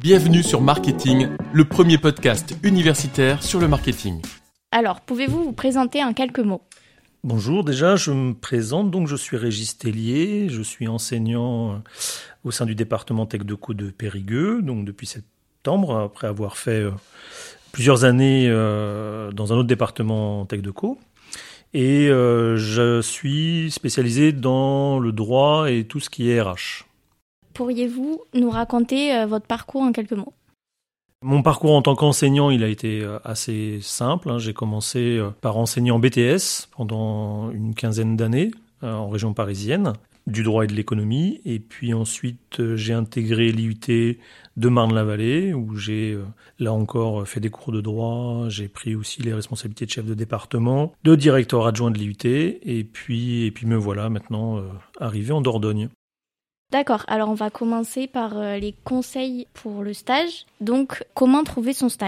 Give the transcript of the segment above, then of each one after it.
Bienvenue sur Marketing, le premier podcast universitaire sur le marketing. Alors, pouvez-vous vous présenter en quelques mots ? Bonjour, déjà je me présente, donc je suis Régis Tellier, je suis enseignant au sein du département Tech Deco de Périgueux, donc depuis septembre, après avoir fait plusieurs années dans un autre département Tech Deco. Et je suis spécialisé dans le droit et tout ce qui est RH. Pourriez-vous nous raconter votre parcours en quelques mots ? Mon parcours en tant qu'enseignant, il a été assez simple. J'ai commencé par enseigner en BTS pendant une quinzaine d'années en région parisienne, du droit et de l'économie. Et puis ensuite, j'ai intégré l'IUT de Marne-la-Vallée, où j'ai, là encore, fait des cours de droit. J'ai pris aussi les responsabilités de chef de département, de directeur adjoint de l'IUT. Et puis me voilà maintenant arrivé en Dordogne. D'accord, alors on va commencer par les conseils pour le stage. Donc, comment trouver son stage ?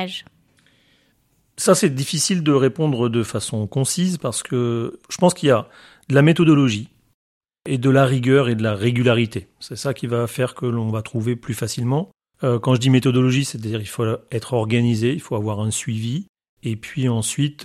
Ça, c'est difficile de répondre de façon concise parce que je pense qu'il y a de la méthodologie et de la rigueur et de la régularité. C'est ça qui va faire que l'on va trouver plus facilement. Quand je dis méthodologie, c'est-à-dire qu'il faut être organisé, il faut avoir un suivi. Et puis ensuite,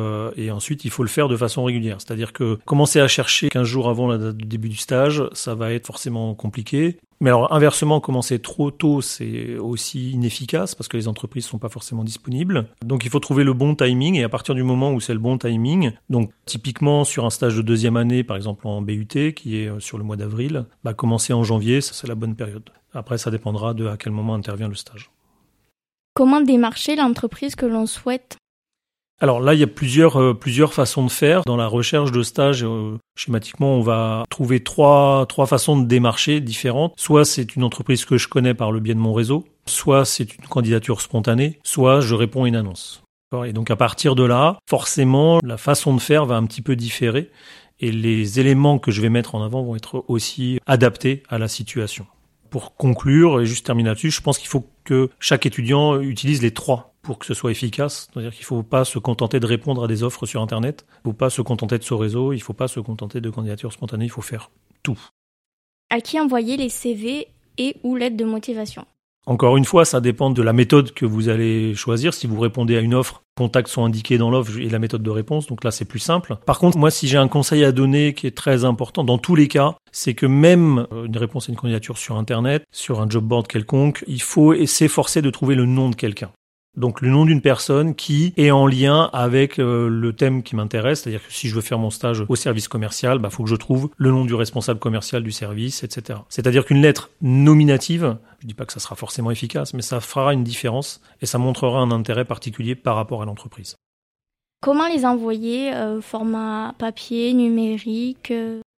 il faut le faire de façon régulière. C'est-à-dire que commencer à chercher 15 jours avant la date du début du stage, ça va être forcément compliqué. Mais alors inversement, commencer trop tôt, c'est aussi inefficace parce que les entreprises ne sont pas forcément disponibles. Donc il faut trouver le bon timing et à partir du moment où c'est le bon timing, donc typiquement sur un stage de deuxième année, par exemple en BUT, qui est sur le mois d'avril, commencer en janvier, ça c'est la bonne période. Après, ça dépendra de à quel moment intervient le stage. Comment démarcher l'entreprise que l'on souhaite ? Alors là, il y a plusieurs façons de faire. Dans la recherche de stage, schématiquement, on va trouver trois façons de démarcher différentes. Soit c'est une entreprise que je connais par le biais de mon réseau, soit c'est une candidature spontanée, soit je réponds à une annonce. Et donc à partir de là, forcément, la façon de faire va un petit peu différer et les éléments que je vais mettre en avant vont être aussi adaptés à la situation. Pour conclure et juste terminer là-dessus, je pense qu'il faut que chaque étudiant utilise les trois pour que ce soit efficace. C'est-à-dire qu'il ne faut pas se contenter de répondre à des offres sur Internet, il ne faut pas se contenter de son réseau, il ne faut pas se contenter de candidatures spontanées, il faut faire tout. À qui envoyer les CV et ou lettres de motivation ? Encore une fois, ça dépend de la méthode que vous allez choisir. Si vous répondez à une offre, contacts sont indiqués dans l'offre et la méthode de réponse, donc là c'est plus simple. Par contre, moi si j'ai un conseil à donner qui est très important, dans tous les cas, c'est que même une réponse à une candidature sur Internet, sur un job board quelconque, il faut s'efforcer de trouver le nom de quelqu'un. Donc le nom d'une personne qui est en lien avec le thème qui m'intéresse, c'est-à-dire que si je veux faire mon stage au service commercial, faut que je trouve le nom du responsable commercial du service, etc. C'est-à-dire qu'une lettre nominative, je dis pas que ça sera forcément efficace, mais ça fera une différence et ça montrera un intérêt particulier par rapport à l'entreprise. Comment les envoyer ? Format papier, numérique ?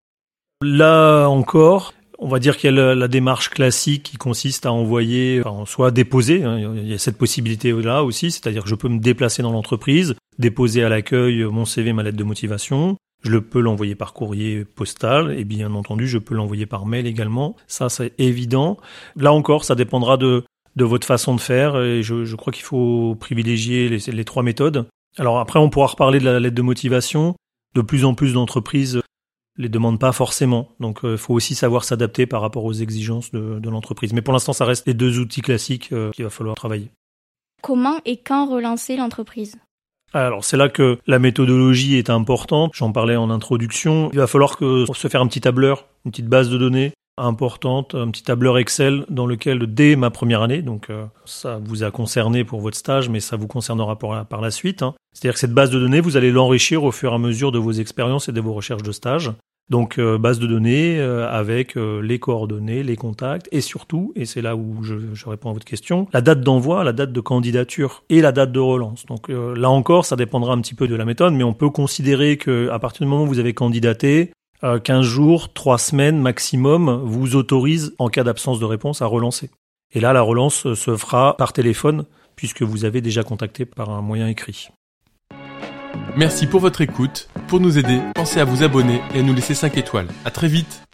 Là encore, on va dire qu'il y a la démarche classique qui consiste à envoyer, soit déposer, il y a cette possibilité-là aussi, c'est-à-dire que je peux me déplacer dans l'entreprise, déposer à l'accueil mon CV, ma lettre de motivation, je peux l'envoyer par courrier postal et bien entendu je peux l'envoyer par mail également, ça c'est évident. Là encore, ça dépendra de votre façon de faire et je crois qu'il faut privilégier les trois méthodes. Alors après, on pourra reparler de la lettre de motivation, de plus en plus d'entreprises les demandent pas forcément. Donc il faut aussi savoir s'adapter par rapport aux exigences de l'entreprise. Mais pour l'instant, ça reste les deux outils classiques qu'il va falloir travailler. Comment et quand relancer l'entreprise ? Alors c'est là que la méthodologie est importante. J'en parlais en introduction. Il va falloir se faire un petit tableur, une petite base de données importante, un petit tableur Excel dans lequel dès ma première année, donc ça vous a concerné pour votre stage, mais ça vous concernera par la suite. C'est-à-dire que cette base de données, vous allez l'enrichir au fur et à mesure de vos expériences et de vos recherches de stage. Donc base de données avec les coordonnées, les contacts et surtout, et c'est là où je réponds à votre question, la date d'envoi, la date de candidature et la date de relance. Donc là encore, ça dépendra un petit peu de la méthode, mais on peut considérer qu'à partir du moment où vous avez candidaté, 15 jours, 3 semaines maximum vous autorise, en cas d'absence de réponse, à relancer. Et là, la relance se fera par téléphone, puisque vous avez déjà contacté par un moyen écrit. Merci pour votre écoute. Pour nous aider, pensez à vous abonner et à nous laisser 5 étoiles. À très vite.